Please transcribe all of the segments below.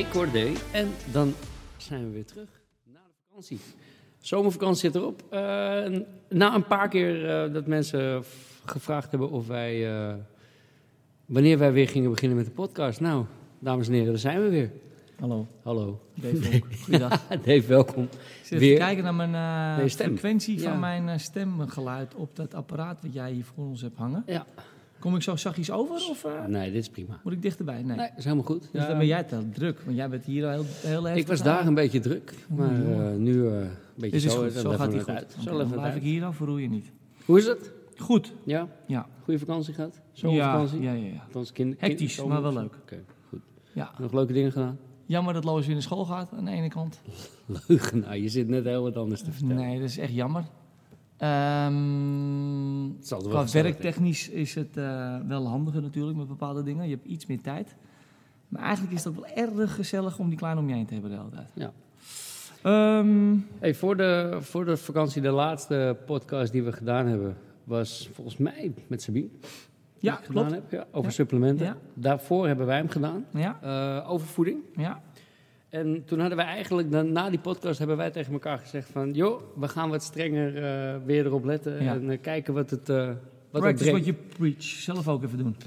Record Day. En dan zijn we weer terug na de vakantie. Zomervakantie zit erop. Na een paar keer dat mensen gevraagd hebben of wij... wanneer wij weer gingen beginnen met de podcast. Nou, dames en heren, daar zijn we weer. Hallo. Dave Vonk. Goeiedag. Dave, welkom. Ik zit even kijken naar mijn frequentie van mijn stemgeluid op dat apparaat wat jij hier voor ons hebt hangen. Ja. Kom ik zo zachtjes over? Of, nee, dit is prima. Moet ik dichterbij? Nee, dat is helemaal goed. Dus dan ben jij te druk, want jij bent hier al heel heftig. Ik was daar een beetje druk, maar nu een beetje Dit is zo. goed, zo gaat hij goed. Uit. Okay, dan blijf ik hier dan, verroei je niet. Hoe is het? Goed. Ja? Ja. Goeie vakantie gehad? Zomervakantie? Ja. Hectisch, maar wel leuk. Oké, goed. Ja. Nog leuke dingen gedaan? Jammer dat Lois weer naar school gaat, aan de ene kant. Leugenaar, je zit net heel wat anders te vertellen. Nee, dat is echt jammer. Qua gezellig, werktechnisch is het wel handiger natuurlijk met bepaalde dingen. Je hebt iets meer tijd. Maar eigenlijk is het ook wel erg gezellig om die kleine om je heen te hebben de hele tijd. Ja. Hey, voor de vakantie, de laatste podcast die we gedaan hebben, was volgens mij met Sabine. Ja, klopt. Over supplementen. Ja. Daarvoor hebben wij hem gedaan. Ja. Over voeding. Ja. En toen hadden wij eigenlijk, na die podcast, hebben wij tegen elkaar gezegd van... joh, we gaan wat strenger weer erop letten en kijken wat het Practice what you preach. Zelf ook even doen.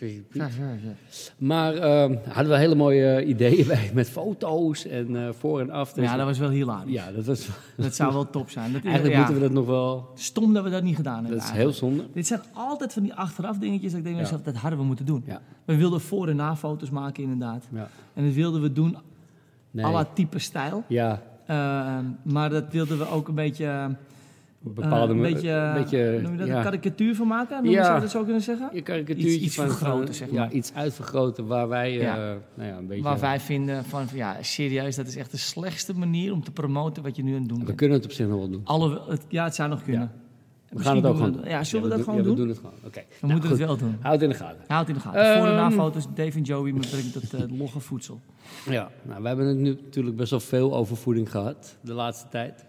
Maar hadden we hele mooie ideeën bij met foto's en voor en af. Ja, dat was wel hilarisch. Ja, dat zou wel top zijn. Eigenlijk moeten we dat nog wel... Stom dat we dat niet gedaan hebben. Dat is heel zonde. Dit zijn altijd van die achteraf dingetjes dat ik denk mezelf, dat hadden we moeten doen. Ja. We wilden voor- en na-foto's maken inderdaad. Ja. En dat wilden we doen à la type stijl. Ja. Maar dat wilden we ook een beetje... Een beetje noem je dat een karikatuur van maken? Zou je dat zo kunnen zeggen? Je karikatuurtje iets vergroten, zeg maar. Ja, iets uitvergroten waar wij een beetje... Waar wij vinden van, serieus, dat is echt de slechtste manier om te promoten wat je nu aan het doen bent. We kunnen het op zich nog wel doen. Het zou nog kunnen. Ja. We gaan het ook gewoon doen. Ja, zullen we dat gewoon doen? We doen het gewoon. Okay. We moeten het wel doen. Houd het in de gaten. Voor- en na-foto's, Dave en Joey brengt het logge voedsel. Ja, nou, we hebben het nu natuurlijk best wel veel over voeding gehad de laatste tijd.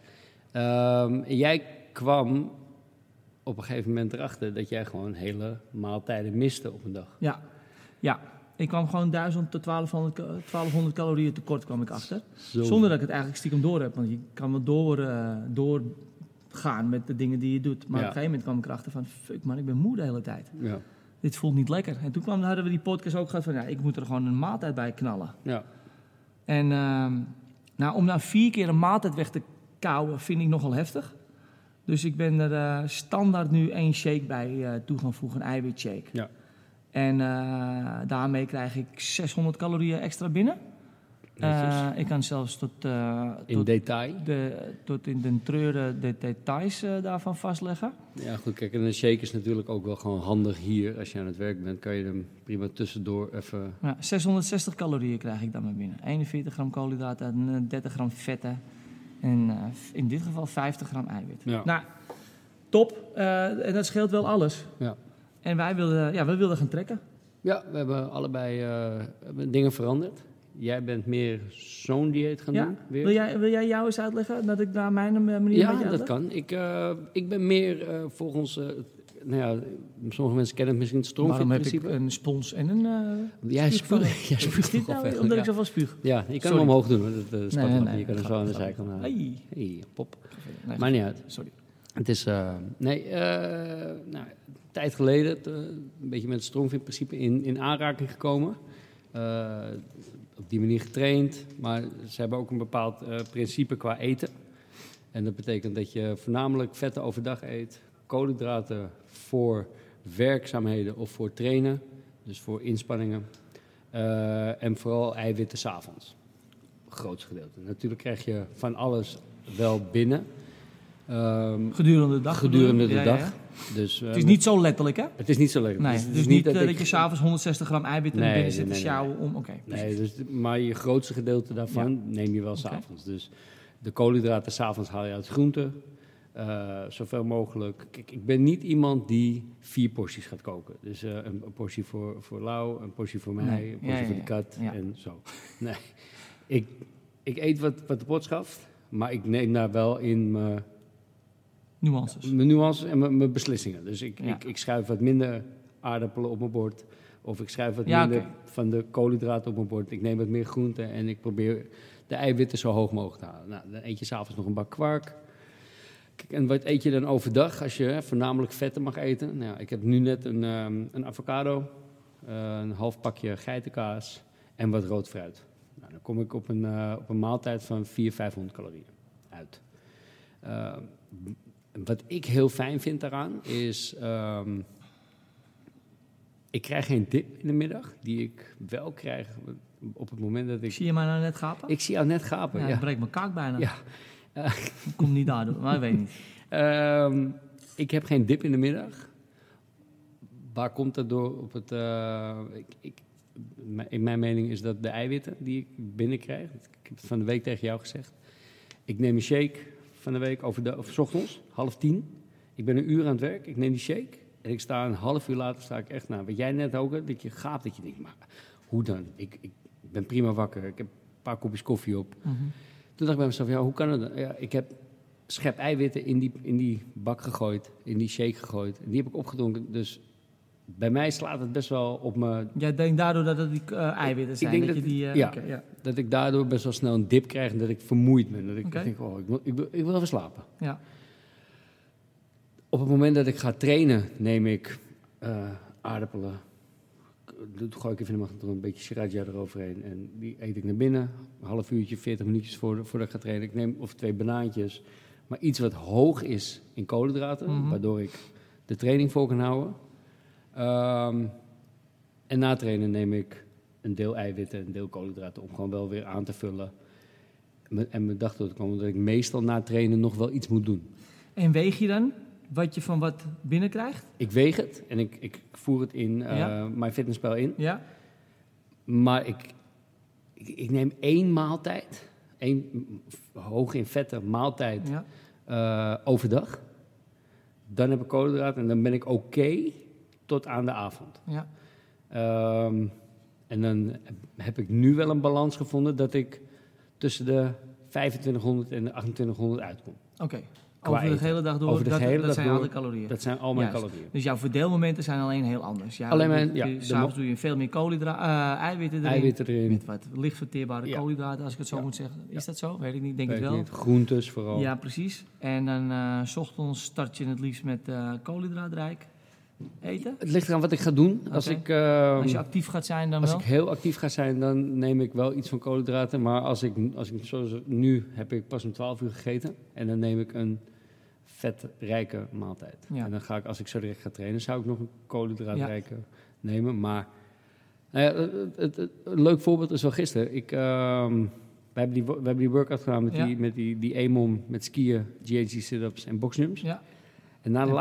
Jij kwam op een gegeven moment erachter dat jij gewoon hele maaltijden miste op een dag. Ja. Ik kwam gewoon 1000 tot 1200 calorieën tekort kwam ik achter. Zo. Zonder dat ik het eigenlijk stiekem door heb. Want je kan wel doorgaan met de dingen die je doet. Maar op een gegeven moment kwam ik erachter van... fuck man, ik ben moe de hele tijd. Ja. Dit voelt niet lekker. En toen hadden we die podcast ook gehad van... ik moet er gewoon een maaltijd bij knallen. Ja. En om nou 4 keer een maaltijd weg te kouwen vind ik nogal heftig. Dus ik ben er standaard nu 1 shake bij toe gaan voegen, een eiwitshake. Ja. En daarmee krijg ik 600 calorieën extra binnen. Ik kan zelfs tot in de treuren de details daarvan vastleggen. Ja, goed, kijk, en een shake is natuurlijk ook wel gewoon handig hier. Als je aan het werk bent, kan je hem prima tussendoor even... Ja, 660 calorieën krijg ik dan maar binnen. 41 gram koolhydraten en 30 gram vetten. En in dit geval 50 gram eiwit. Ja. Nou, top. En dat scheelt wel alles. Ja. En wij wilden gaan trekken. Ja, we hebben allebei dingen veranderd. Jij bent meer zo'n dieet gaan doen. Weer. Wil jij jou eens uitleggen? Dat ik naar mijn manier uitleg? Dat kan. Ik ben meer volgens... sommige mensen kennen het misschien het stroomfit-principe. Waarom heb ik een spons en een Jij spuugt dit nou, omdat ik zoveel spuug? Ja, je kan hem omhoog doen. Je kan hem zo aan de zijkant halen. Hey, pop. Maakt niet uit. Sorry. Het is... een tijd geleden een beetje met het stroomfit-principe in aanraking gekomen. Op die manier getraind. Maar ze hebben ook een bepaald principe qua eten. En dat betekent dat je voornamelijk vetten overdag eet. Koolhydraten voor werkzaamheden of voor trainen. Dus voor inspanningen. En vooral eiwitten 's avonds. Grootste gedeelte. Natuurlijk krijg je van alles wel binnen. Gedurende de dag. Ja. Dus, het is niet zo letterlijk, hè? Het is niet zo letterlijk. Nee, dus niet dat je s'avonds 160 gram eiwitten binnen zit te sjouwen om... Maar je grootste gedeelte daarvan neem je wel s'avonds. Dus de koolhydraten s'avonds haal je uit groenten. Zoveel mogelijk. Kijk, ik ben niet iemand die 4 porties gaat koken. Dus een portie voor Lau, een portie voor mij, een portie voor de kat en zo. Nee, ik eet wat de pot schaft, maar ik neem daar wel in mijn nuances en mijn beslissingen. Dus ik schuif wat minder aardappelen op mijn bord, Of ik schrijf wat minder van de koolhydraten op mijn bord. Ik neem wat meer groente en ik probeer de eiwitten zo hoog mogelijk te halen. Nou, dan eet je 's avonds nog een bak kwark. Kijk, en wat eet je dan overdag als je voornamelijk vetten mag eten? Nou, ik heb nu net een avocado, een half pakje geitenkaas en wat rood fruit. Nou, dan kom ik op een maaltijd van 400-500 calorieën uit. Wat ik heel fijn vind daaraan is... ik krijg geen dip in de middag, die ik wel krijg op het moment dat ik... Zie je mij nou net gapen? Ik zie jou net gapen, ja. Ik breek mijn kaak bijna. Ja. Komt niet daardoor, maar ik weet niet. Ik heb geen dip in de middag. Waar komt dat door? In mijn mening is dat de eiwitten die ik binnenkrijg. Ik heb het van de week tegen jou gezegd. Ik neem een shake van de week of 's ochtends, 9:30. Ik ben een uur aan het werk, ik neem die shake. En ik sta een half uur later, sta ik echt wat jij net ook, dat je gaapt, dat je denkt, maar hoe dan? Ik ben prima wakker, ik heb een paar kopjes koffie op. Mm-hmm. Toen dacht ik bij mezelf, hoe kan het dan? Ja, ik heb schep eiwitten in die bak gegooid, in die shake gegooid. En die heb ik opgedronken, dus bij mij slaat het best wel op me. Jij denkt daardoor dat het die eiwitten zijn? Ik denk dat ik daardoor best wel snel een dip krijg en dat ik vermoeid ben. Dat ik denk, ik wil even slapen. Ja. Op het moment dat ik ga trainen, neem ik aardappelen. Gooi ik even in de magnetron een beetje sriracha eroverheen. En die eet ik naar binnen. Een half uurtje, 40 minuutjes voordat ik ga trainen. Ik neem 2 banaantjes. Maar iets wat hoog is in koolhydraten. Mm-hmm. Waardoor ik de training vol kan houden. En na trainen neem ik een deel eiwitten en een deel koolhydraten. Om gewoon wel weer aan te vullen. En mijn dag door te komen dat ik meestal na trainen nog wel iets moet doen. En weeg je dan wat je van wat binnenkrijgt? Ik weeg het en ik voer het in MyFitnessPal in. Ja. Maar ik neem 1 maaltijd, 1 hoog in vetten maaltijd overdag. Dan heb ik koolhydraten en dan ben ik oké tot aan de avond. Ja. En dan heb ik nu wel een balans gevonden dat ik tussen de 2500 en de 2800 uitkom. Oké. Over de hele dag door, dat zijn alle calorieën. Dat zijn al mijn calorieën. Dus jouw verdeelmomenten zijn alleen heel anders. S'avonds doe je veel meer eiwitten erin. Met wat licht verteerbare koolhydraten, als ik het zo moet zeggen. Is dat zo? Weet ik niet, denk het wel. Niet. Groentes vooral. Ja, precies. En dan 's ochtends start je het liefst met koolhydraatrijk eten? Het ligt eraan wat ik ga doen. Als je actief gaat zijn dan Als wel? ik heel actief ga zijn, dan neem ik wel iets van koolhydraten. Maar als ik zoals nu heb ik pas om 12 uur gegeten. En dan neem ik een vetrijke maaltijd. Ja. En dan ga ik, als ik zo direct ga trainen, zou ik nog een koolhydraatrijke nemen. Maar een leuk voorbeeld is wel gisteren. We hebben die workout gedaan met die EMOM, met skiën, GHD sit-ups en boxjumps. Ja. En na de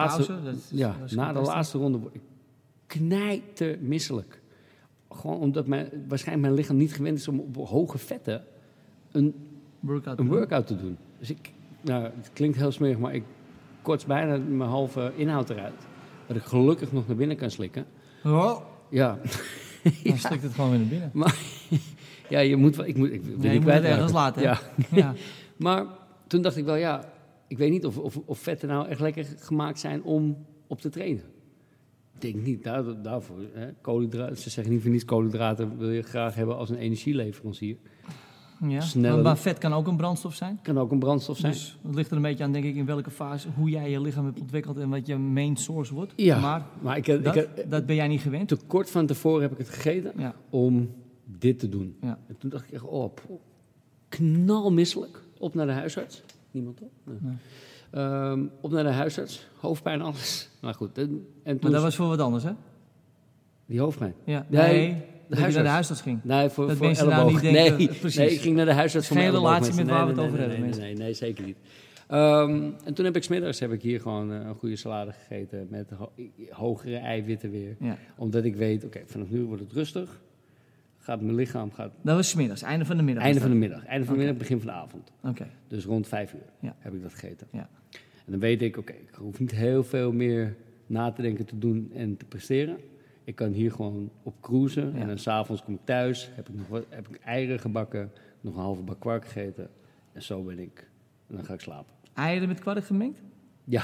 laatste ronde word ik knijtermisselijk. Gewoon omdat waarschijnlijk mijn lichaam niet gewend is om op hoge vetten een workout te doen. Dus het klinkt heel smerig, maar ik kots bijna mijn halve inhoud eruit. Dat ik gelukkig nog naar binnen kan slikken. Oh. Ja. Dan slikt het gewoon weer naar binnen. Maar ja, je moet het ergens laten. Ja. Maar toen dacht ik wel, ik weet niet of vetten nou echt lekker gemaakt zijn om op te trainen. Ik denk niet daarvoor. Koolhydraten, ze zeggen niet voor niets, koolhydraten wil je graag hebben als een energieleverancier. Ja, maar vet kan ook een brandstof zijn? Kan ook een brandstof zijn. Dus het ligt er een beetje aan, denk ik, in welke fase, hoe jij je lichaam hebt ontwikkeld en wat je main source wordt. Ja, maar dat ben jij niet gewend? Te kort van tevoren heb ik het gegeten om dit te doen. Ja. En toen dacht ik echt, knalmisselijk. Op naar de huisarts. Niemand op? Nee. Op naar de huisarts. Hoofdpijn, alles. Maar goed. Maar dat was voor wat anders, hè? Die hoofdpijn? Ja. Nee. Dat je naar de huisarts ging. Nee, voor mensen elleboog. Nou niet denken, nee, ik ging naar de huisarts voor mijn elleboog. Geen relatie met waar we het over hebben. Nee, zeker niet. En toen heb ik 's middags hier gewoon een goede salade gegeten met hogere eiwitten weer. Ja. Omdat ik weet, vanaf nu wordt het rustig. Gaat mijn lichaam... Dat was 's middags, einde van de middag? Einde van de middag, begin van de avond. Okay. Dus rond 5 uur heb ik dat gegeten. Ja. En dan weet ik, ik hoef niet heel veel meer na te denken, te doen en te presteren. Ik kan hier gewoon op cruisen. Ja. En dan 's avonds kom ik thuis, heb ik eieren gebakken, nog een halve bak kwark gegeten. En zo ben ik. En dan ga ik slapen. Eieren met kwark gemengd? Ja.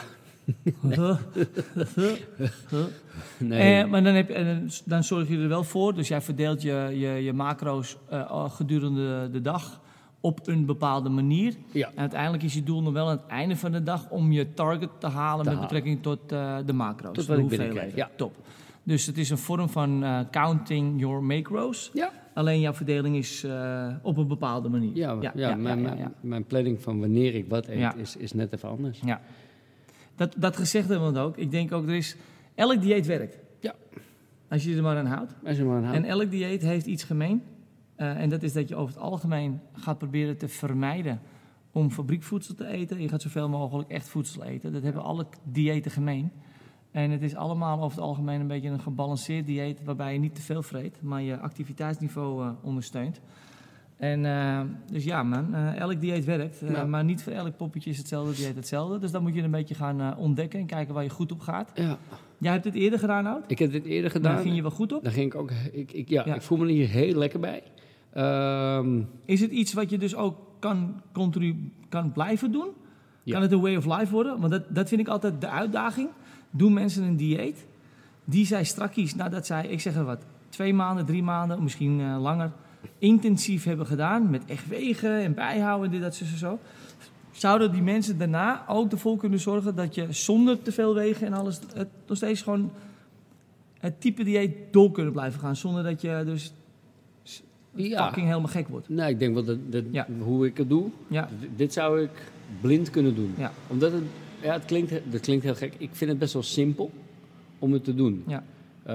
Nee. Maar dan zorg je er wel voor. Dus jij verdeelt je macro's gedurende de dag op een bepaalde manier. Ja. En uiteindelijk is je doel nog wel aan het einde van de dag om je target te halen met betrekking tot de macro's. Tot wat ik binnenkrijg, ja. Top. Dus het is een vorm van counting your macro's. Ja. Alleen jouw verdeling is op een bepaalde manier. Mijn planning van wanneer ik wat eet is net even anders. Ja. Dat gezegd hebben we ook. Ik denk ook, elk dieet werkt. Ja. Als je er maar aan houdt. En elk dieet heeft iets gemeen. En dat is dat je over het algemeen gaat proberen te vermijden om fabriekvoedsel te eten. Je gaat zoveel mogelijk echt voedsel eten. Dat hebben alle diëten gemeen. En het is allemaal over het algemeen een beetje een gebalanceerd dieet, waarbij je niet te veel vreet, maar je activiteitsniveau ondersteunt. En dus ja man, elk dieet werkt, maar niet voor elk poppetje is hetzelfde dieet hetzelfde. Dus dan moet je een beetje gaan ontdekken en kijken waar je goed op gaat. Ja. Jij hebt het eerder gedaan, Oud? Ik heb dit eerder gedaan. Daar ging je wel goed op? Daar ging ik ook. Ik voel me hier heel lekker bij. Is het iets wat je dus ook kan blijven doen? Ja. Kan het een way of life worden? Want dat vind ik altijd de uitdaging. Doen mensen een dieet die zij strakjes, nadat zij, ik zeg er wat, 2 maanden, 3 maanden, misschien langer, intensief hebben gedaan, met echt wegen en bijhouden, dit, dat, zo. Zouden die mensen daarna ook ervoor kunnen zorgen dat je zonder te veel wegen en alles, nog steeds gewoon het type dieet door kunnen blijven gaan, zonder dat je dus fucking helemaal gek wordt? Nou, ik denk wel dat hoe ik het doe, dit zou ik blind kunnen doen. Ja. Omdat het klinkt heel gek. Ik vind het best wel simpel om het te doen. Ja.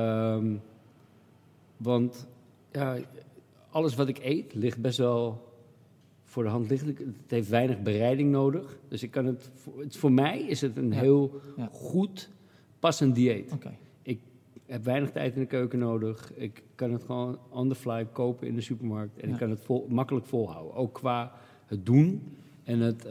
Want alles wat ik eet ligt best wel voor de hand liggend. Het heeft weinig bereiding nodig. Dus ik kan voor mij is het een heel goed passend dieet. Okay. Ik heb weinig tijd in de keuken nodig. Ik kan het gewoon on the fly kopen in de supermarkt. En ik kan het makkelijk volhouden. Ook qua het doen en het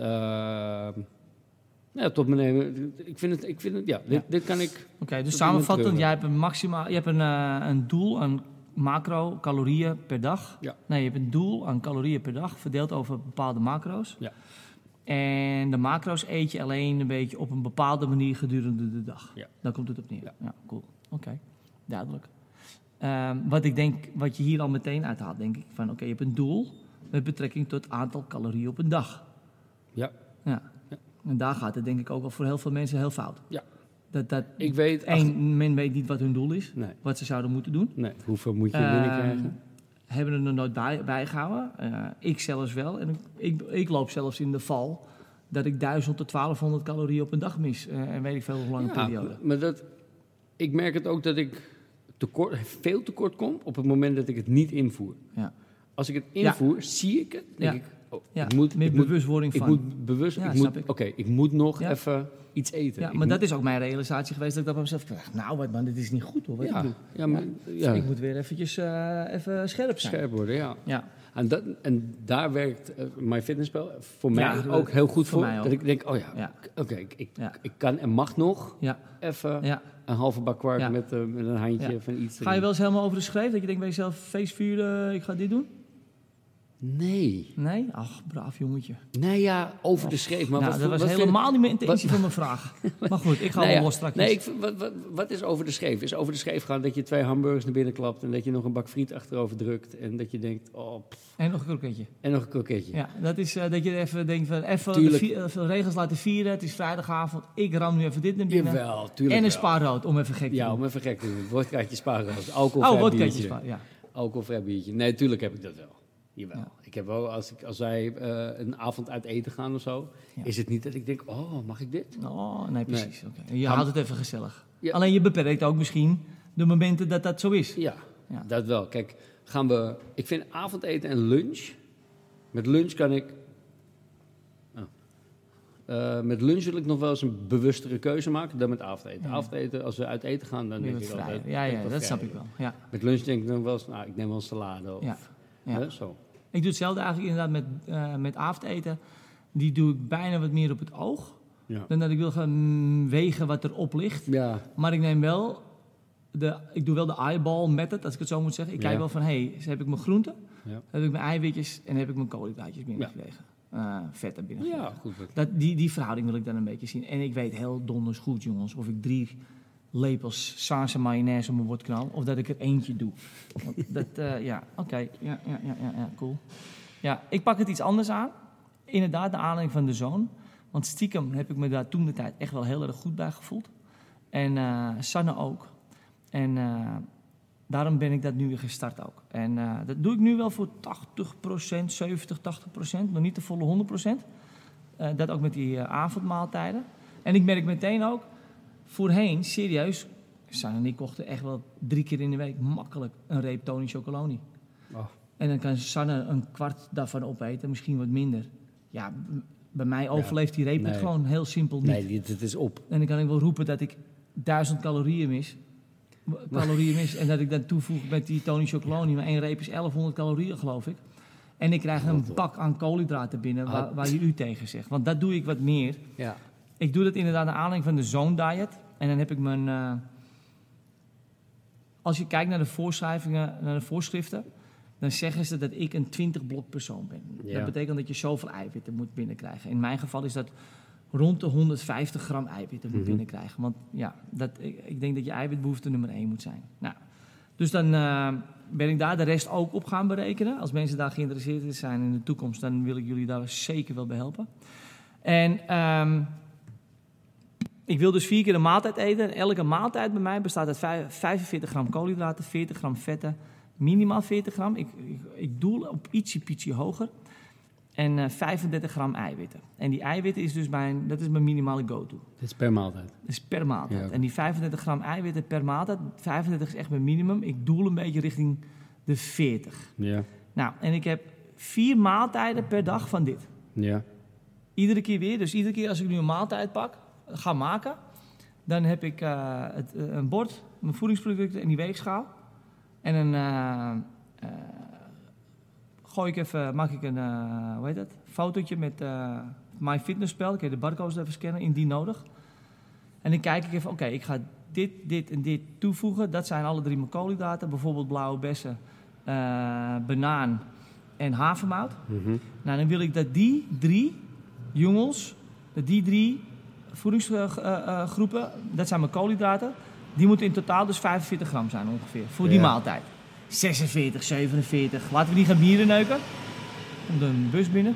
tot me nemen. Ik vind het dit kan ik. Oké, dus samenvattend, jij hebt een doel aan macro-calorieën per dag. Ja. Nee, je hebt een doel aan calorieën per dag verdeeld over bepaalde macro's. Ja. En de macro's eet je alleen een beetje op een bepaalde manier gedurende de dag. Ja. Daar komt het op neer. Ja, cool. Oké, duidelijk. Wat ik denk, wat je hier al meteen uithaalt, denk ik van je hebt een doel met betrekking tot aantal calorieën op een dag. Ja. En daar gaat het denk ik ook wel voor heel veel mensen heel fout. Ja. Ik weet men weet niet wat hun doel is, wat ze zouden moeten doen. Nee, hoeveel moet je binnenkrijgen? Hebben er nooit bijgehouden. Ik zelfs wel. En ik loop zelfs in de val dat ik 1000 tot 1200 calorieën op een dag mis. En weet ik veel hoe lange periode. Maar ik merk het ook dat ik veel tekort kom op het moment dat ik het niet invoer. Ja. Als ik het invoer, zie ik het, denk ik... bewustwording van. Ik moet nog even iets eten. Ja, maar dat is ook mijn realisatie geweest dat ik dat bij mezelf dacht. Nou, wat man, dit is niet goed hoor. Wat ik doe. Ik moet weer eventjes even scherp zijn. Scherp worden, ja. En daar werkt MyFitnessPal voor mij ook heel goed voor. Dat ik denk, ik kan en mag nog even een halve bak kwark met een handje van iets. Ga je wel eens helemaal over de schreef? Dat je denkt bij jezelf, feestvuren, ik ga dit doen? Nee. Nee? Ach, braaf jongetje. Nee, ja, over de schreef. Maar dat was helemaal niet mijn intentie van mijn vraag. Maar goed, ik ga wel los straks. Nee, wat is over de schreef? Is over de schreef gaan dat je 2 hamburgers naar binnen klapt en dat je nog een bak friet achterover drukt en dat je denkt, en nog een kroketje. Ja, dat is dat je even denkt van even de regels laten vieren. Het is vrijdagavond, ik ram nu even dit naar binnen. Jawel, tuurlijk. En een spaarrood om even gek te doen. Ja, om even gek te doen. Wodkaatje spaarrood, alcoholvrij biertje. Alcoholvrij biertje. Nee, tuurlijk heb ik dat wel. Jawel. Ja. Ik heb wel, als wij een avond uit eten gaan of zo, is het niet dat ik denk, mag ik dit? Nee, precies. Nee. Okay. Je houdt het even gezellig. Ja. Alleen je beperkt ook misschien de momenten dat zo is. Ja, dat wel. Kijk, ik vind avondeten en lunch, met lunch kan ik, met lunch wil ik nog wel eens een bewustere keuze maken dan met avondeten. Ja. Avondeten, als we uit eten gaan, dan denk ik altijd... Ja, dat snap ik wel. Ja. Met lunch denk ik dan wel eens, ik neem wel een salade of zo. Ik doe hetzelfde eigenlijk inderdaad met avondeten. Die doe ik bijna wat meer op het oog. Ja. Dan dat ik wil gaan wegen wat erop ligt. Ja. Maar ik neem wel ik doe wel de eyeball method, als ik het zo moet zeggen. Ik kijk wel van, heb ik mijn groenten, heb ik mijn eiwitjes en heb ik mijn koolhydraatjes binnengekregen. vet er binnen vliegen. Ja, goed. Die verhouding wil ik dan een beetje zien. En ik weet heel donders goed, jongens, of ik 3 lepels Saanse mayonaise op mijn bord knal, of dat ik er eentje doe. Oké. Ja, cool. Ja, ik pak het iets anders aan. Inderdaad, de aanleiding van de zoon. Want stiekem heb ik me daar toen de tijd echt wel heel erg goed bij gevoeld. En Sanne ook. En daarom ben ik dat nu weer gestart ook. En dat doe ik nu wel voor 80%, 70, 80%. Nog niet de volle 100%. Dat ook met die avondmaaltijden. En ik merk meteen ook, voorheen, serieus, Sanne en ik kochten echt wel 3 keer in de week makkelijk een reep Tony Chocoloni. Oh. En dan kan Sanne een kwart daarvan opeten, misschien wat minder. Ja, bij mij overleeft die reep het gewoon heel simpel niet. Nee, het is op. En dan kan ik wel roepen dat ik 1000 calorieën mis. En dat ik dan toevoeg met die Tony Chocoloni. Maar 1 reep is 1100 calorieën, geloof ik. En ik krijg een bak aan koolhydraten binnen waar je u tegen zegt. Want dat doe ik wat meer. Ja. Ik doe dat inderdaad naar aanleiding van de Zone Diet. En dan heb ik mijn... als je kijkt naar de voorschrijvingen, naar de voorschriften, dan zeggen ze dat ik een 20-blok persoon ben. Ja. Dat betekent dat je zoveel eiwitten moet binnenkrijgen. In mijn geval is dat rond de 150 gram eiwitten moet binnenkrijgen. Want ja, ik denk dat je eiwitbehoefte nummer 1 moet zijn. Nou, dus dan ben ik daar de rest ook op gaan berekenen. Als mensen daar geïnteresseerd in zijn in de toekomst, dan wil ik jullie daar zeker wel bij helpen. En ik wil dus 4 keer een maaltijd eten. Elke maaltijd bij mij bestaat uit 45 gram koolhydraten, 40 gram vetten, minimaal 40 gram. Ik doel op ietsje hoger. En 35 gram eiwitten. En die eiwitten is dus dat is mijn minimale go-to. Dat is per maaltijd? Dat is per maaltijd. Ja. En die 35 gram eiwitten per maaltijd, 35 is echt mijn minimum. Ik doel een beetje richting de 40. Ja. Nou, en ik heb 4 maaltijden per dag van dit. Ja. Iedere keer weer. Dus iedere keer als ik nu een maaltijd ga maken, dan heb ik een bord, mijn voedingsproducten en die weegschaal. En dan maak ik een fotootje met MyFitnessPal. Ik kan de barcodes even scannen, indien nodig. En dan kijk ik even, oké, ik ga dit en dit toevoegen. Dat zijn alle 3 mijn koolhydraten. Bijvoorbeeld blauwe bessen, banaan en havermout. Mm-hmm. Nou, dan wil ik dat die 3 jongens, die 3 voedingsgroepen, dat zijn mijn koolhydraten, die moeten in totaal dus 45 gram zijn ongeveer, voor die maaltijd. 46, 47, laten we niet gaan bieren neuken. Komt een bus binnen.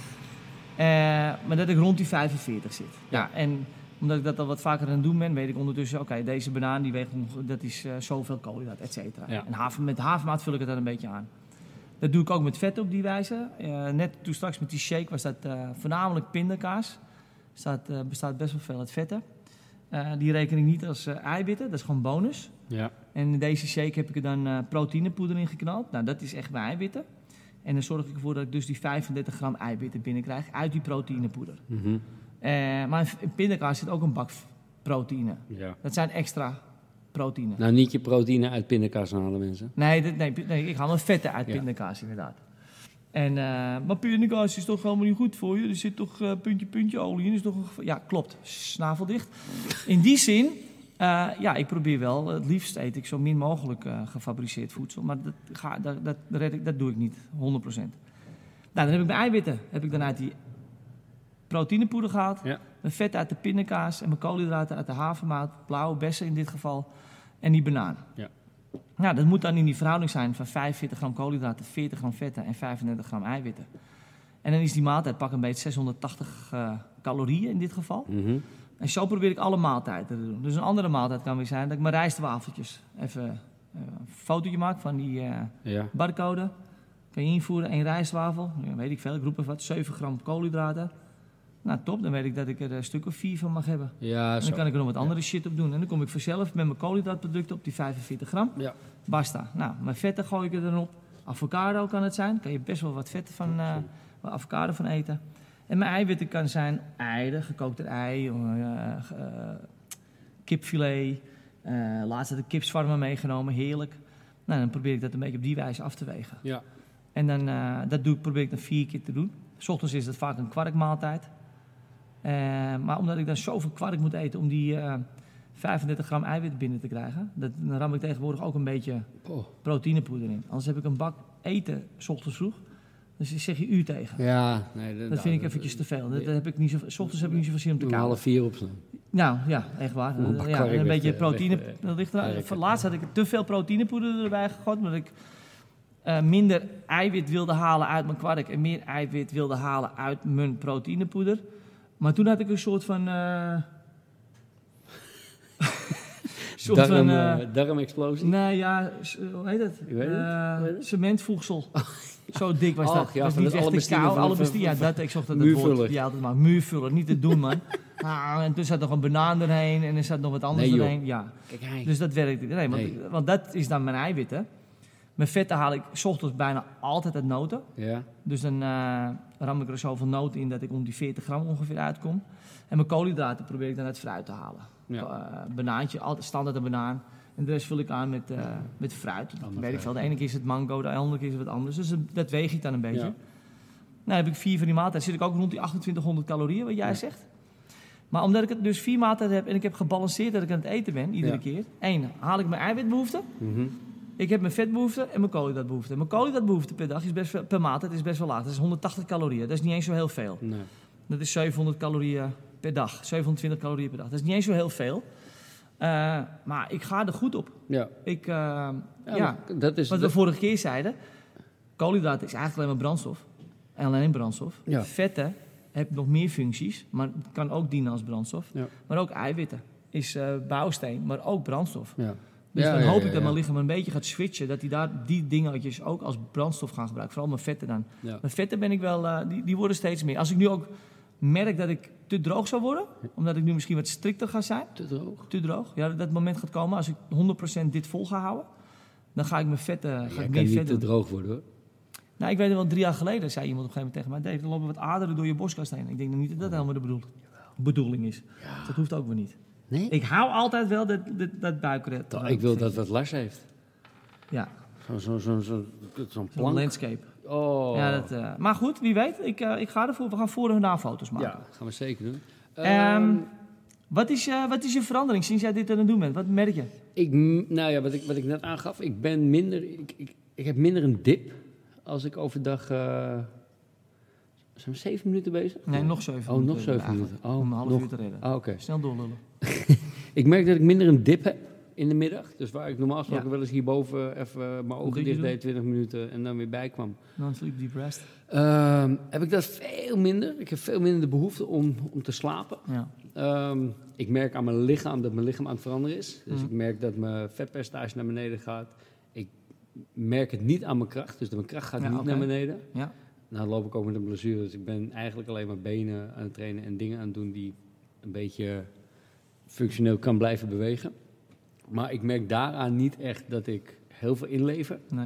Maar dat ik rond die 45 zit. Ja, en omdat ik dat al wat vaker aan het doen ben, weet ik ondertussen, oké, deze banaan die weegt, dat is zoveel koolhydraten, et cetera. Ja. En met havermout vul ik het dan een beetje aan. Dat doe ik ook met vet op die wijze. Net toen straks met die shake was dat voornamelijk pindakaas. Bestaat best wel veel uit vetten. Die reken ik niet als eiwitten, dat is gewoon bonus. Ja. En in deze shake heb ik er dan proteïnepoeder in geknald. Nou, dat is echt mijn eiwitten. En dan zorg ik ervoor dat ik dus die 35 gram eiwitten binnenkrijg uit die proteïnepoeder. Mm-hmm. Maar in pindakaas zit ook een bak proteïne. Ja. Dat zijn extra proteïne. Nou, niet je proteïne uit pindakaas halen, mensen. Nee, ik haal mijn vetten uit pindakaas inderdaad. Maar pindakaas is toch helemaal niet goed voor je? Er zit toch puntje olie in? Is toch ja, klopt. Snaveldicht. In die zin, ik probeer wel. Het liefst eet ik zo min mogelijk gefabriceerd voedsel. Maar dat doe ik niet, 100%. Nou, dan heb ik mijn eiwitten. Heb ik dan uit die proteïnepoeder gehaald. Ja. Mijn vet uit de pindakaas. En mijn koolhydraten uit de havermout. Blauwe bessen in dit geval. En die banaan. Ja. Nou, dat moet dan in die verhouding zijn van 45 gram koolhydraten, 40 gram vetten en 35 gram eiwitten. En dan is die maaltijd pak een beetje 680 calorieën in dit geval. Mm-hmm. En zo probeer ik alle maaltijden te doen. Dus een andere maaltijd kan weer zijn dat ik mijn rijstwafeltjes even een fotootje maak van die barcode. Kan je invoeren, 1 rijstwafel, weet ik veel, ik roep even wat, 7 gram koolhydraten. Nou, top, dan weet ik dat ik er een stuk of 4 van mag hebben. Ja, en dan kan ik er nog wat andere shit op doen. En dan kom ik vanzelf met mijn koolhydraatproducten op die 45 gram. Ja. Basta. Nou, mijn vetten gooi ik er dan op. Avocado kan het zijn. Kan je best wel wat vetten van avocado van eten. En mijn eiwitten kan zijn eieren, gekookte ei, kipfilet. Laatst had ik kipswarmen meegenomen, heerlijk. Nou, dan probeer ik dat een beetje op die wijze af te wegen. Ja. En dan probeer ik dan 4 keer te doen. 's Ochtends is dat vaak een kwarkmaaltijd. Maar omdat ik dan zoveel kwark moet eten om die 35 gram eiwit binnen te krijgen, dan ram ik tegenwoordig ook een beetje proteïnepoeder in. Anders heb ik een bak eten 's ochtends vroeg. Dus zeg je u tegen. Ja, nee. Dat vind ik eventjes te veel. Dat heb ik niet zo, 's ochtends heb ik niet zoveel zin om te Om kauwen. 3:30 opstaan. Nou, ja, echt waar. Een beetje proteïne. Voor laatst had ik te veel proteïnepoeder erbij gegooid, omdat ik minder eiwit wilde halen uit mijn kwark en meer eiwit wilde halen uit mijn proteïnepoeder. Maar toen had ik een soort van... darmexplosie? Nee, ja, hoe heet het? Je weet het? Cementvoegsel. Zo dik was dat. Ja, dat was niet echt te kou. Ik zocht dat het woord. Ja, altijd maar muurvuller, niet te doen, man. En toen zat nog een banaan erheen en er zat nog wat anders erheen. Ja. Kijk, dus dat werkt niet. Nee, want dat is dan mijn eiwitten. Mijn vetten haal ik 's ochtends bijna altijd uit noten. Ja. Dus dan ram ik er zoveel noten in dat ik om die 40 gram ongeveer uitkom. En mijn koolhydraten probeer ik dan uit fruit te halen. Ja. Banaantje, altijd standaard een banaan. En de rest vul ik aan met fruit. Weet ik veel. De ene keer is het mango, de andere keer is het wat anders. Dus dat weeg ik dan een beetje. Ja. Nou heb ik 4 van die maaltijden. Zit ik ook rond die 2800 calorieën, wat jij zegt. Maar omdat ik het dus 4 maaltijden heb en ik heb gebalanceerd dat ik aan het eten ben, iedere keer. 1, haal ik mijn eiwitbehoeften. Ik heb mijn vetbehoefte en mijn koolhydraatbehoefte. Mijn koolhydraatbehoefte per dag is best veel, per maaltijd is best wel laag. Dat is 180 calorieën. Dat is niet eens zo heel veel. Nee. Dat is 700 calorieën per dag. 720 calorieën per dag. Dat is niet eens zo heel veel. Maar ik ga er goed op. Ja. Dat is wat we vorige keer zeiden. Koolhydraten is eigenlijk alleen maar brandstof. En alleen brandstof. Ja. Vetten hebben nog meer functies. Maar het kan ook dienen als brandstof. Ja. Maar ook eiwitten is bouwsteen, maar ook brandstof. Ja. Dus dan hoop ik dat mijn lichaam een beetje gaat switchen. Dat hij daar die dingetjes ook als brandstof gaan gebruiken. Vooral mijn vetten dan. Ja. Mijn vetten ben ik wel, die worden steeds meer. Als ik nu ook merk dat ik te droog zou worden. Omdat ik nu misschien wat strikter ga zijn. Te droog. Ja, dat moment gaat komen. Als ik 100% dit vol ga houden. Dan ga ik mijn vetten... Ja, ga ik meer vet doen. Te droog worden hoor. Nou, ik weet wel, 3 jaar geleden zei iemand op een gegeven moment tegen mij... Dave, er lopen wat aderen door je borstkast heen. Ik denk niet dat dat helemaal de bedoeling is. Ja. Dat hoeft ook weer niet. Nee? Ik hou altijd wel dat buikret. Ik wil dat wat Lars heeft. Ja. Zo'n plank. Landscape. Oh. Ja, maar goed, wie weet. Ik ga ervoor. We gaan voor en na foto's maken. Ja, dat gaan we zeker doen. Wat is je verandering sinds jij dit aan het doen bent? Wat merk je? Wat ik net aangaf. Ik ben minder... Ik heb minder een dip als ik overdag... zijn we 7 minuten bezig? Nee, nog 7 minuten. Nog 7 minuten. Om een half uur te redden. Okay. Snel doorlullen. Ik merk dat ik minder een dip heb in de middag. Dus waar ik normaal gesproken wel eens hierboven even mijn ogen dicht deed, 20 minuten en dan weer bij kwam. Non-sleep deep rest. Heb ik dat veel minder. Ik heb veel minder de behoefte om te slapen. Ja. Ik merk aan mijn lichaam dat mijn lichaam aan het veranderen is. Dus ik merk dat mijn vetpercentage naar beneden gaat. Ik merk het niet aan mijn kracht. Dus mijn kracht gaat niet naar beneden. Ja. Nou loop ik ook met een blessure. Dus ik ben eigenlijk alleen maar benen aan het trainen en dingen aan het doen die een beetje functioneel kan blijven bewegen. Maar ik merk daaraan niet echt dat ik heel veel inlever. Nee.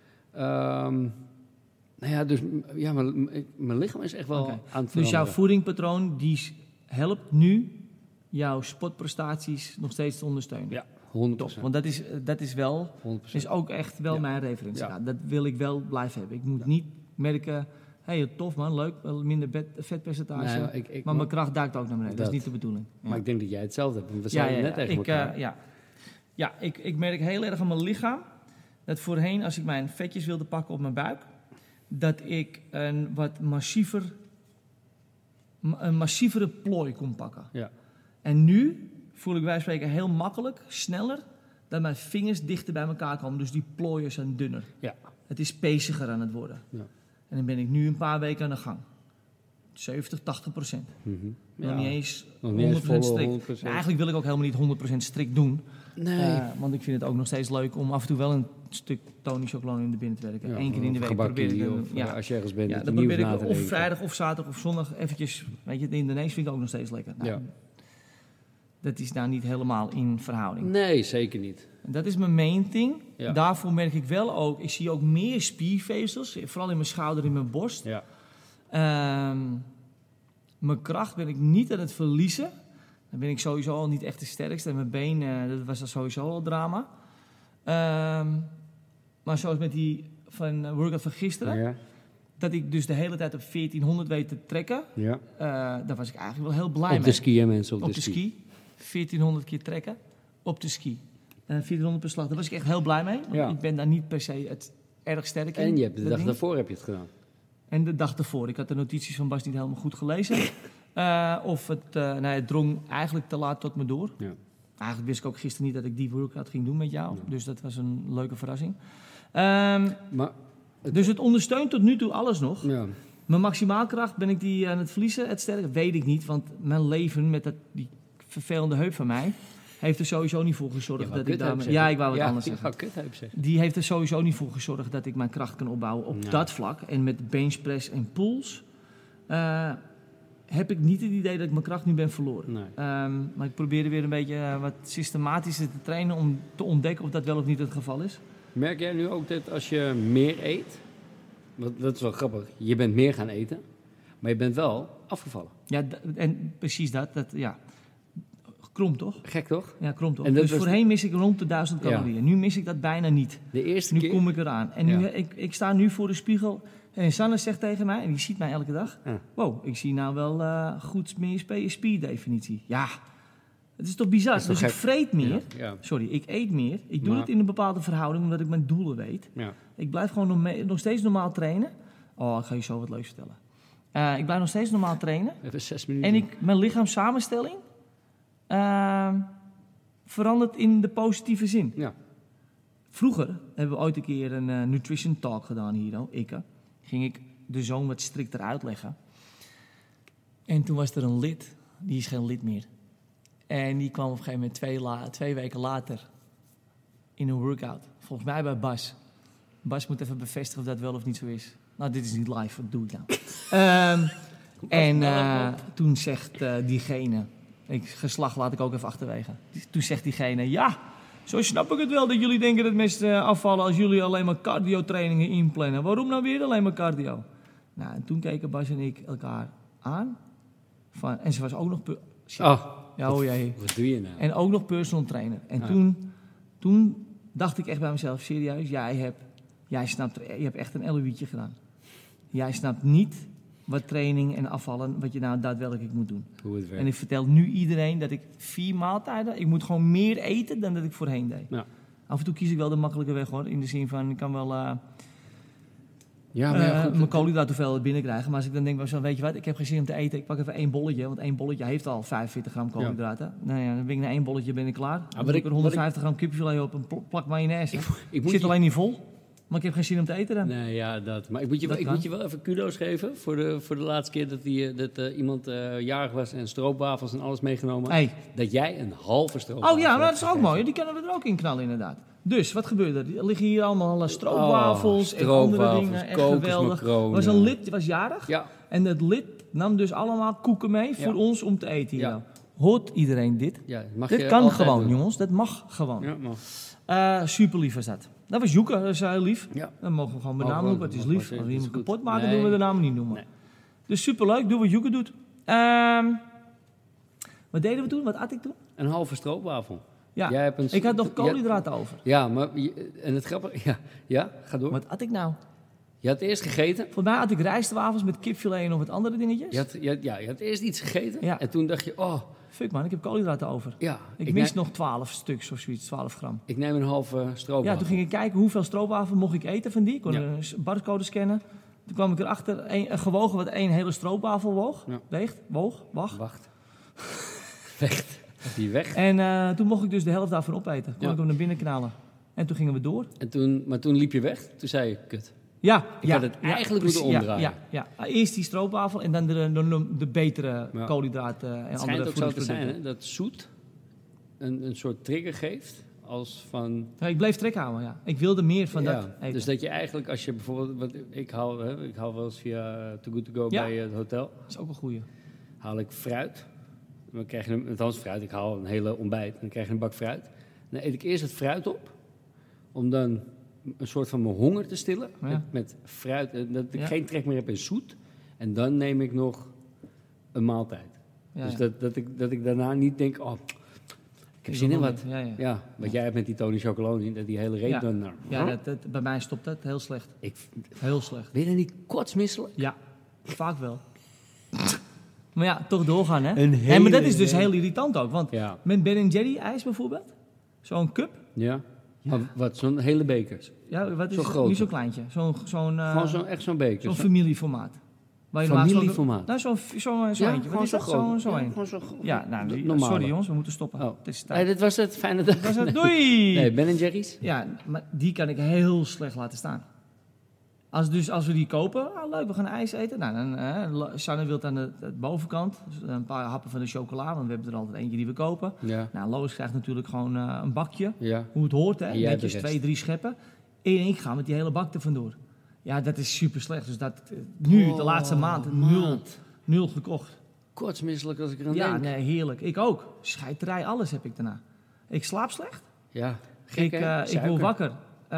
Dus mijn lichaam is echt wel aan het veranderen. Dus jouw voedingpatroon die helpt nu jouw sportprestaties nog steeds te ondersteunen? Ja, 100%. Top, want dat is wel 100%. Is ook echt wel mijn referentie. Ja. Dat wil ik wel blijven hebben. Ik moet niet merken... Hey, tof man, leuk, minder vetpercentage. Nee, maar mijn kracht duikt ook naar beneden. Dat is niet de bedoeling. Ja. Maar ik denk dat jij hetzelfde hebt. We zeiden net tegen elkaar. Ik merk heel erg aan mijn lichaam... dat voorheen, als ik mijn vetjes wilde pakken op mijn buik... dat ik een massievere plooi kon pakken. Ja. En nu voel ik wij spreken heel makkelijk, sneller... dat mijn vingers dichter bij elkaar komen. Dus die plooien zijn dunner. Ja. Het is peziger aan het worden. Ja. En dan ben ik nu een paar weken aan de gang. 70, 80%. Mm-hmm. Nog niet eens 100% strikt. 100%. Nou, eigenlijk wil ik ook helemaal niet 100% strikt doen. Nee. Want ik vind het ook nog steeds leuk om af en toe wel een stuk Tony chocolade in de binnen te werken. 1 keer in de week probeer ik. Als je ergens bent, dan probeer ik of vrijdag of zaterdag of zondag eventjes... Weet je, het Indonesisch vind ik ook nog steeds lekker. Nou, dat is daar niet helemaal in verhouding. Nee, zeker niet. Dat is mijn main thing. Ja. Daarvoor merk ik wel ook... Ik zie ook meer spiervezels. Vooral in mijn schouder, in mijn borst. Ja. Mijn kracht ben ik niet aan het verliezen. Dan ben ik sowieso al niet echt de sterkste. En mijn been, dat was dan sowieso al drama. Maar zoals met die workout van gisteren... Ja. Dat ik dus de hele tijd op 1400 weet te trekken... Ja. Daar was ik eigenlijk wel heel blij mee. Op de ski, hè mensen? Op de ski. 1400 keer trekken. Op de ski. 400 per slag. Daar was ik echt heel blij mee. Want ik ben daar niet per se het erg sterk in. En je hebt de dag daarvoor heb je het gedaan. En de dag ervoor. Ik had de notities van Bas niet helemaal goed gelezen. Het drong eigenlijk te laat tot me door. Ja. Eigenlijk wist ik ook gisteren niet dat ik die workout ging doen met jou. Ja. Dus dat was een leuke verrassing. Dus het ondersteunt tot nu toe alles nog. Ja. Mijn maximaalkracht, ben ik die aan het verliezen? Het sterke weet ik niet. Want mijn leven met die vervelende heup van mij... heeft er sowieso niet voor gezorgd dat ik daarmee... Ja, ik wou wat anders zeggen. Die heeft er sowieso niet voor gezorgd dat ik mijn kracht kan opbouwen op dat vlak. En met benchpress en pulls heb ik niet het idee dat ik mijn kracht nu ben verloren. Nee. Maar ik probeer weer een beetje wat systematischer te trainen om te ontdekken of dat wel of niet het geval is. Merk jij nu ook dat als je meer eet... Dat is wel grappig. Je bent meer gaan eten, maar je bent wel afgevallen. Ja, en precies dat. Krom, toch? Gek, toch? Ja, krom, toch? Dus voorheen mis ik rond de 1000 calorieën. Ja. Nu mis ik dat bijna niet. De eerste keer? Nu kom ik eraan. En nu, ik sta nu voor de spiegel. En Sanne zegt tegen mij, en die ziet mij elke dag... Wow, ik zie nou wel goed meer speed-definitie. Ja, het is toch bizar? Dus ik vreet meer. Ja. Sorry, ik eet meer. Ik doe het in een bepaalde verhouding, omdat ik mijn doelen weet. Ja. Ik blijf gewoon nog steeds normaal trainen. Oh, ik ga je zo wat leuks vertellen. Ik blijf nog steeds normaal trainen. Even 6 minuten. En mijn lichaamssamenstelling... verandert in de positieve zin. Ja. Vroeger hebben we ooit een keer een nutrition talk gedaan hier. Ging ik de zoon wat strikter uitleggen. En toen was er een lid, die is geen lid meer. En die kwam op een gegeven moment 2 weken later in een workout. Volgens mij bij Bas. Bas moet even bevestigen of dat wel of niet zo is. Nou, dit is niet live, wat doe ik nou? Toen zegt diegene... Geslacht laat ik ook even achterwege. Toen zegt diegene, ja, zo snap ik het wel dat jullie denken dat mensen afvallen als jullie alleen maar cardio-trainingen inplannen. Waarom nou weer alleen maar cardio? Nou, en toen keken Bas en ik elkaar aan. En ze was ook nog... Wat doe je nou? En ook nog personal trainer. En toen dacht ik echt bij mezelf, serieus, je hebt echt een LOI'tje gedaan. Jij snapt niet... wat training en afvallen, wat je nou daadwerkelijk moet doen. Hoe het werkt. En ik vertel nu iedereen dat ik 4 maaltijden... Ik moet gewoon meer eten dan dat ik voorheen deed. Ja. Af en toe kies ik wel de makkelijke weg, hoor. In de zin van, ik kan wel mijn koolhydraathoeveelheid binnenkrijgen. Maar als ik dan denk bij mezelf, weet je wat, ik heb geen zin om te eten. Ik pak even 1 bolletje, want 1 bolletje heeft al 45 gram koolhydraten. Ja. Nou ja, dan ben ik na 1 bolletje ben ik klaar. Dan doe ik er 150 gram kipfilet op een plak mayonaise. Ik zit alleen niet vol. Maar ik heb geen zin om te eten dan. Nee, ja, dat. Maar ik moet je wel even kudo's geven voor de laatste keer dat iemand jarig was en stroopwafels en alles meegenomen. Hey. Dat jij een halve stroopwafel... Oh ja, maar dat is ook mooi. Die kunnen we er ook in knallen, inderdaad. Dus, wat gebeurde er? Er liggen hier allemaal stroopwafels en andere dingen. Echt geweldig. Het was jarig. Ja. En het lid nam dus allemaal koeken mee voor ons om te eten hier. Ja. Hoort iedereen dit? Ja, dit kan gewoon, doen. Jongens. Dat mag gewoon. Ja, mag. Super lief was dat. Dat was Joeke, dat is heel lief. Ja. Dan mogen we gewoon de naam noemen, het is lief. Als we iemand kapot maken, doen we de naam niet noemen. Nee. Dus superleuk, doe wat Joeke doet. Wat deden we toen? Wat at ik toen? Een halve stroopwafel. Ja, ik had nog koolhydraten over. Ja, maar en het grappige... Ja, ga door. Wat at ik nou? Je had eerst gegeten. Volgens mij had ik rijstwafels met kipfilet en nog wat andere dingetjes. Je had eerst iets gegeten. Ja. En toen dacht je, fuck man, ik heb koolhydraten over. Ja, ik mis nog 12 stuks of zoiets, 12 gram. Ik neem een halve stroopwafel. Ja, toen ging ik kijken hoeveel stroopwafel mocht ik eten van die. Ik kon een barcode scannen. Toen kwam ik erachter, gewogen wat 1 hele stroopwafel woog. Ja. Wacht. Vecht. Die weg. En toen mocht ik dus de helft daarvan opeten. Kon ik hem naar binnen knallen. En toen gingen we door. Maar toen liep je weg. Toen zei je, kut. Ik had het eigenlijk moeten omdraaien. Ja. Eerst die stroopwafel en dan de betere koolhydraten en het andere voedingsproducten. Het schijnt ook zo te zijn, hè, dat zoet een soort trigger geeft als van... Ja, ik bleef trek houden, ja. Ik wilde meer van dat eten. Dus dat je eigenlijk, als je bijvoorbeeld... Ik haal wel eens via Too Good To Go bij het hotel. Dat is ook een goeie. Haal ik fruit. Dan krijg je althans fruit. Ik haal een hele ontbijt. Dan krijg je een bak fruit. Dan eet ik eerst het fruit op. Om dan... een soort van mijn honger te stillen met fruit. Dat ik geen trek meer heb in zoet. En dan neem ik nog een maaltijd. Ja, dus dat ik daarna niet denk... ik heb zin in wat. Wat jij hebt met die Tony Chocoloni. Die hele reep dan... Bij mij stopt dat heel slecht. Heel slecht. Ben je dan niet kotsmisselijk? Ja, vaak wel. Maar ja, toch doorgaan, hè? Maar dat is dus heel irritant ook. Want met Ben & Jerry ijs bijvoorbeeld. Zo'n cup. Ja. Maar wat, zo'n hele beker? Ja, wat is zo het? groot? Niet zo'n kleintje. Gewoon echt zo'n beker? Zo'n familieformaat. Familieformaat? Nou, zo'n eentje. Wat is dat? Zo een. Ja, nou, sorry jongens, we moeten stoppen. Oh. Het is tijd. Dit was het. Fijne dag. Dat was het. Doei! Nee, Ben Jerry's? Ja, maar die kan ik heel slecht laten staan. Als we die kopen, leuk, we gaan ijs eten. Nou, dan Sanne wil aan de bovenkant dus een paar happen van de chocola, want we hebben er altijd eentje die we kopen. Ja. Nou, Lois krijgt natuurlijk gewoon een bakje, ja. hoe het hoort, hè? Netjes 2, 3 scheppen. En ik ga met die hele bak er vandoor. Ja, dat is super slecht. Dus dat nu, de laatste maand, nul gekocht. Kotsmisselijk als ik eraan denk. Ja, nee, heerlijk. Ik ook. Scheiterij, alles heb ik daarna. Ik slaap slecht. Ja, gek, ik word wakker.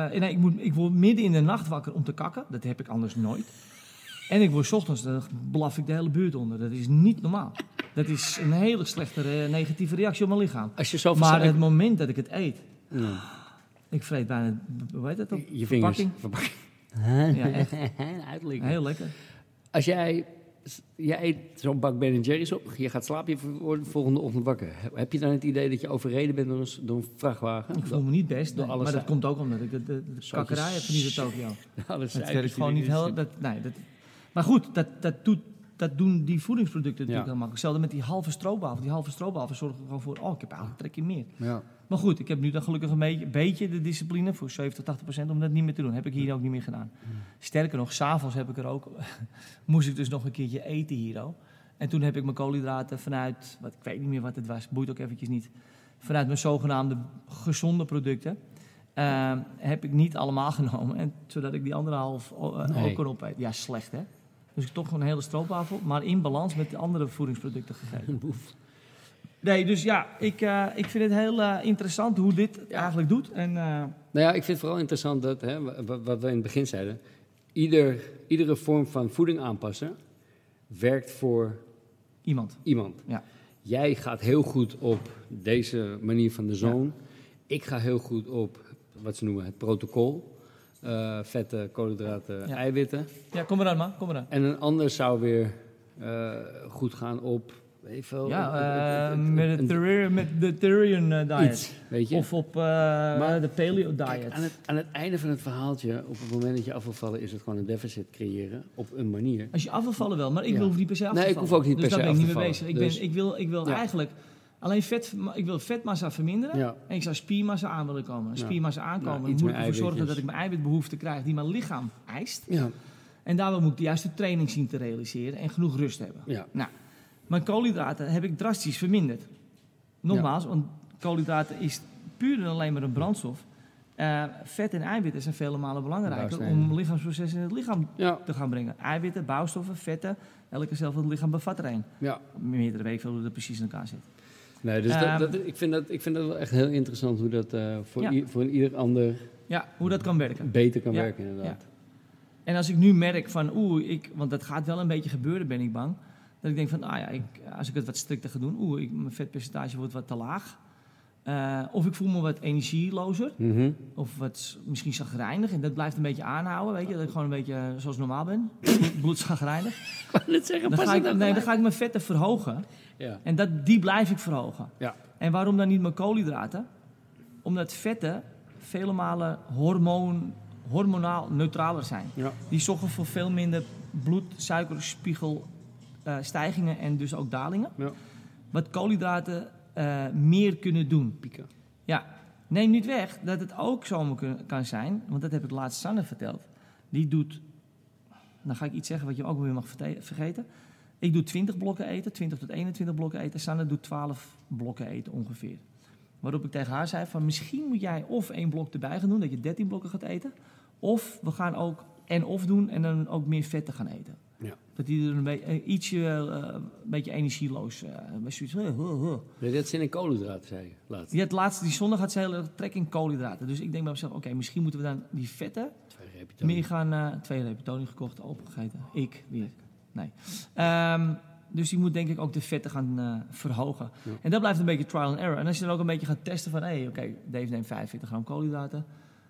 Ik word midden in de nacht wakker om te kakken. Dat heb ik anders nooit. En ik word 's ochtends, dan blaf ik de hele buurt onder. Dat is niet normaal. Dat is een hele slechte negatieve reactie op mijn lichaam. Maar het moment dat ik het eet... Ja. Ik vreet bijna, hoe heet dat? Je vingers. Verpakking. Ja, echt. Heel lekker. Als jij eet zo'n bak Ben Jerry's op, je gaat slapen, je wordt de volgende ochtend wakker. Heb je dan het idee dat je overreden bent door een vrachtwagen? Ik voel me niet best, maar dat komt ook omdat ik de kakkerij heb van hier in Tokio. Dat werkt gewoon niet heel... Maar goed, dat doen die voedingsproducten natuurlijk heel makkelijk. Hetzelfde met die halve stroopwafel. Die halve stroopwafel zorgt er gewoon voor... ik heb eigenlijk trek in meer. Ja. Maar goed, ik heb nu dan gelukkig een beetje de discipline... voor 70-80% om dat niet meer te doen. Heb ik hier ook niet meer gedaan. Sterker nog, 's avonds heb ik er ook... moest ik dus nog een keertje eten hier ook. En toen heb ik mijn koolhydraten vanuit... ik weet niet meer wat het was, boeit ook eventjes niet... vanuit mijn zogenaamde gezonde producten... heb ik niet allemaal genomen. En, zodat ik die anderhalf ook kon opeten. Ja, slecht hè? Dus ik toch gewoon een hele stroopwafel, maar in balans met de andere voedingsproducten gegeten. Nee, dus ja, ik vind het heel interessant hoe dit eigenlijk doet. En, Nou ja, ik vind het vooral interessant dat, wat we in het begin zeiden... Iedere vorm van voeding aanpassen werkt voor iemand. Ja. Jij gaat heel goed op deze manier van de zone. Ja. Ik ga heel goed op, wat ze noemen, het protocol... vetten, koolhydraten, eiwitten. Ja, kom eraan man, kom eraan. En een ander zou weer goed gaan op... Mediterranean diet. Iets, weet je? Of op de paleo diet. Kijk, aan het einde van het verhaaltje, op het moment dat je af wil vallen... is het gewoon een deficit creëren op een manier. Als je af wil vallen wel, maar ik hoef niet per se af te vallen. Nee, ik hoef ook niet per se af te vallen. Dus daar ben ik niet mee bezig. Ik wil eigenlijk... Alleen vetmassa verminderen en ik zou spiermassa aan willen komen. Spiermassa aankomen, dan moet ik ervoor zorgen dat ik mijn eiwitbehoefte krijg die mijn lichaam eist. Ja. En daarbij moet ik de juiste training zien te realiseren en genoeg rust hebben. Ja. Nou, mijn koolhydraten heb ik drastisch verminderd. Nogmaals, want koolhydraten is puur en alleen maar een brandstof. Vet en eiwitten zijn vele malen belangrijker om lichaamsprocessen in het lichaam te gaan brengen. Eiwitten, bouwstoffen, vetten, elke cel van het lichaam bevat er één. Ja. Meerdere weken hoe dat precies in elkaar zit. Nee, dus ik vind dat wel echt heel interessant hoe dat voor ieder ander... Ja, hoe dat kan werken. Beter kan werken, inderdaad. Ja. En als ik nu merk van, want dat gaat wel een beetje gebeuren, ben ik bang. Dat ik denk van, als ik het wat strikter ga doen, mijn vetpercentage wordt wat te laag. Of ik voel me wat energielozer. Mm-hmm. Of wat misschien chagrijnig. En dat blijft een beetje aanhouden, weet je. Dat ik gewoon een beetje zoals normaal ben. Bloedzagrijnig. Ik wou net zeggen, dan ga ik mijn vetten verhogen. Ja. En die blijf ik verhogen. Ja. En waarom dan niet mijn koolhydraten? Omdat vetten vele malen hormonaal neutraler zijn. Ja. Die zorgen voor veel minder bloedsuikerspiegel stijgingen en dus ook dalingen. Ja. Wat koolhydraten meer kunnen doen. Pieken. Ja, neem niet weg dat het ook zo kan zijn, want dat heb ik laatst Sanne verteld. Die doet, dan ga ik iets zeggen wat je ook weer mag vergeten. Ik doe 20 blokken eten, 20 tot 21 blokken eten. Sanne doet 12 blokken eten ongeveer. Waarop ik tegen haar zei van misschien moet jij of 1 blok erbij gaan doen, dat je 13 blokken gaat eten. Of we gaan ook en/of doen en dan ook meer vetten gaan eten. Ja. Dat die er een beetje energieloos Nee, dat zin in koolhydraten, zei je laatst. Die zondag had ze heel erg trek in koolhydraten. Dus ik denk bij mezelf, oké, misschien moeten we dan die vetten meer gaan... 2 repen toning gekocht, opgegeten. Ik weer. Nee. Dus die moet denk ik ook de vetten gaan verhogen. Ja. En dat blijft een beetje trial and error. En als je dan ook een beetje gaat testen van... Dave neemt 45 gram koolhydraten.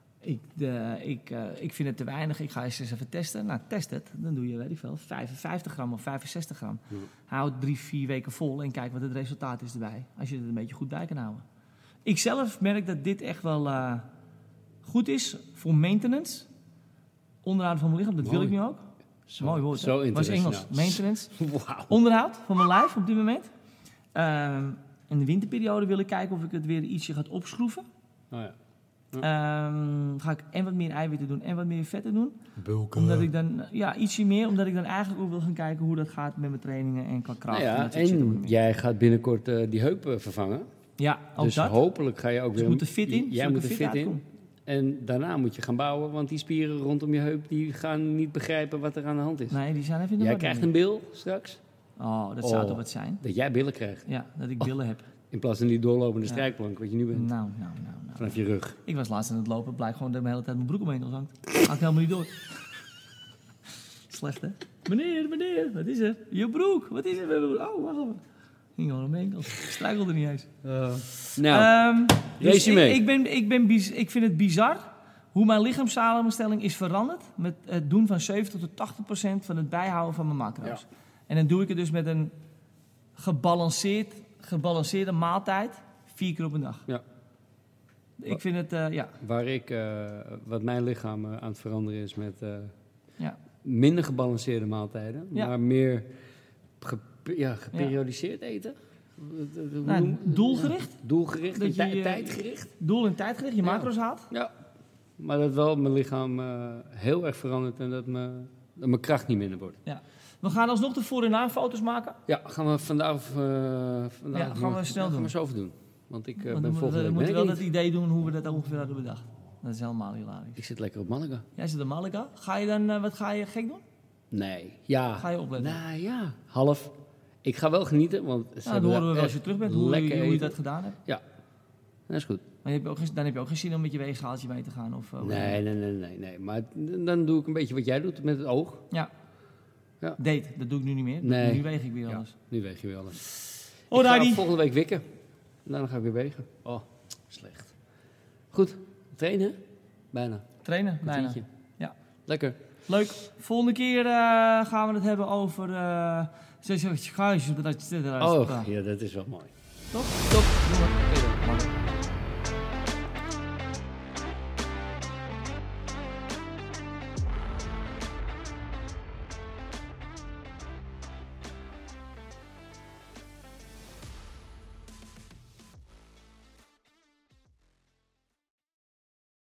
Ik vind het te weinig. Ik ga eens even testen. Nou, test het. Dan doe je, weet ik veel, 55 gram of 65 gram. Ja. Houd 3-4 weken vol en kijk wat het resultaat is erbij. Als je het een beetje goed bij kan houden. Ik zelf merk dat dit echt wel goed is voor maintenance. Onderhoud van mijn lichaam, dat wil ik nu ook. Mooi woord, zo was Engels. Maintenance. Wow. Onderhoud van mijn lijf op dit moment. In de winterperiode wil ik kijken of ik het weer ietsje ga opschroeven. Oh ja. Ga ik en wat meer eiwitten doen en wat meer vetten doen. Bulken. Omdat ik dan, ietsje meer, omdat ik dan eigenlijk ook wil gaan kijken hoe dat gaat met mijn trainingen en qua kracht. En jij gaat binnenkort die heup vervangen. Ja, ook dus dat. Hopelijk ga je ook dus weer... moet er fit in. Jij moet er fit in. En daarna moet je gaan bouwen, want die spieren rondom je heup die gaan niet begrijpen wat er aan de hand is. Nee, die zijn even in de Jij krijgt een bil straks. Oh, dat zou toch wat zijn? Dat jij billen krijgt. Ja, dat ik billen heb. In plaats van die doorlopende strijkplank, wat je nu bent. Nou. Vanaf je rug. Ik was laatst aan het lopen, blijkt gewoon dat mijn hele tijd mijn broek omheen hangt. Gaat helemaal niet door. Slecht, hè? Meneer, wat is er? Je broek, wat is er? Oh, wacht even. Ging gewoon omheen, ik struikelde niet eens. Dus ik vind het bizar hoe mijn lichaamssamenstelling is veranderd met het doen van 70 tot 80% van het bijhouden van mijn macro's. Ja. En dan doe ik het dus met een gebalanceerde maaltijd 4 keer op een dag. Ja. Ik vind het, wat mijn lichaam aan het veranderen is met minder gebalanceerde maaltijden, maar meer geperiodiseerd eten. Doelgericht. Doelgericht en tijdgericht. Doel- en tijdgericht, je macro's haalt. Ja, maar dat wel mijn lichaam heel erg verandert en dat mijn kracht niet minder wordt. Ja. We gaan alsnog de voor- en na-foto's maken. Ja, gaan we vandaag gaan we snel doen. Gaan we zo over doen. Want ik ben volgende week. We moeten wel het idee doen hoe we dat ongeveer hadden bedacht. Dat is helemaal hilarisch. Ik zit lekker op Malaga. Jij zit op Malaga. Ga je dan, wat ga je gek doen? Nee, ja. Ga je opletten? Nou ja, half. Ik ga wel genieten, want... dan horen we wel als je terug bent, hoe je dat gedaan hebt. Ja, dat is goed. Maar dan heb je ook geen zin om met je weegschaaltje mee te gaan? Of, nee. Maar dan doe ik een beetje wat jij doet met het oog. Ja. Date, dat doe ik nu niet meer. Nee. Nu weeg ik weer alles. Nu weeg je weer alles. Ik ga volgende week wikken. En dan ga ik weer wegen. Oh, slecht. Goed, trainen? Bijna. Trainen? Bijna. Ja. Lekker. Leuk. Volgende keer gaan we het hebben over... Oh, ja, dat is wel mooi. Top.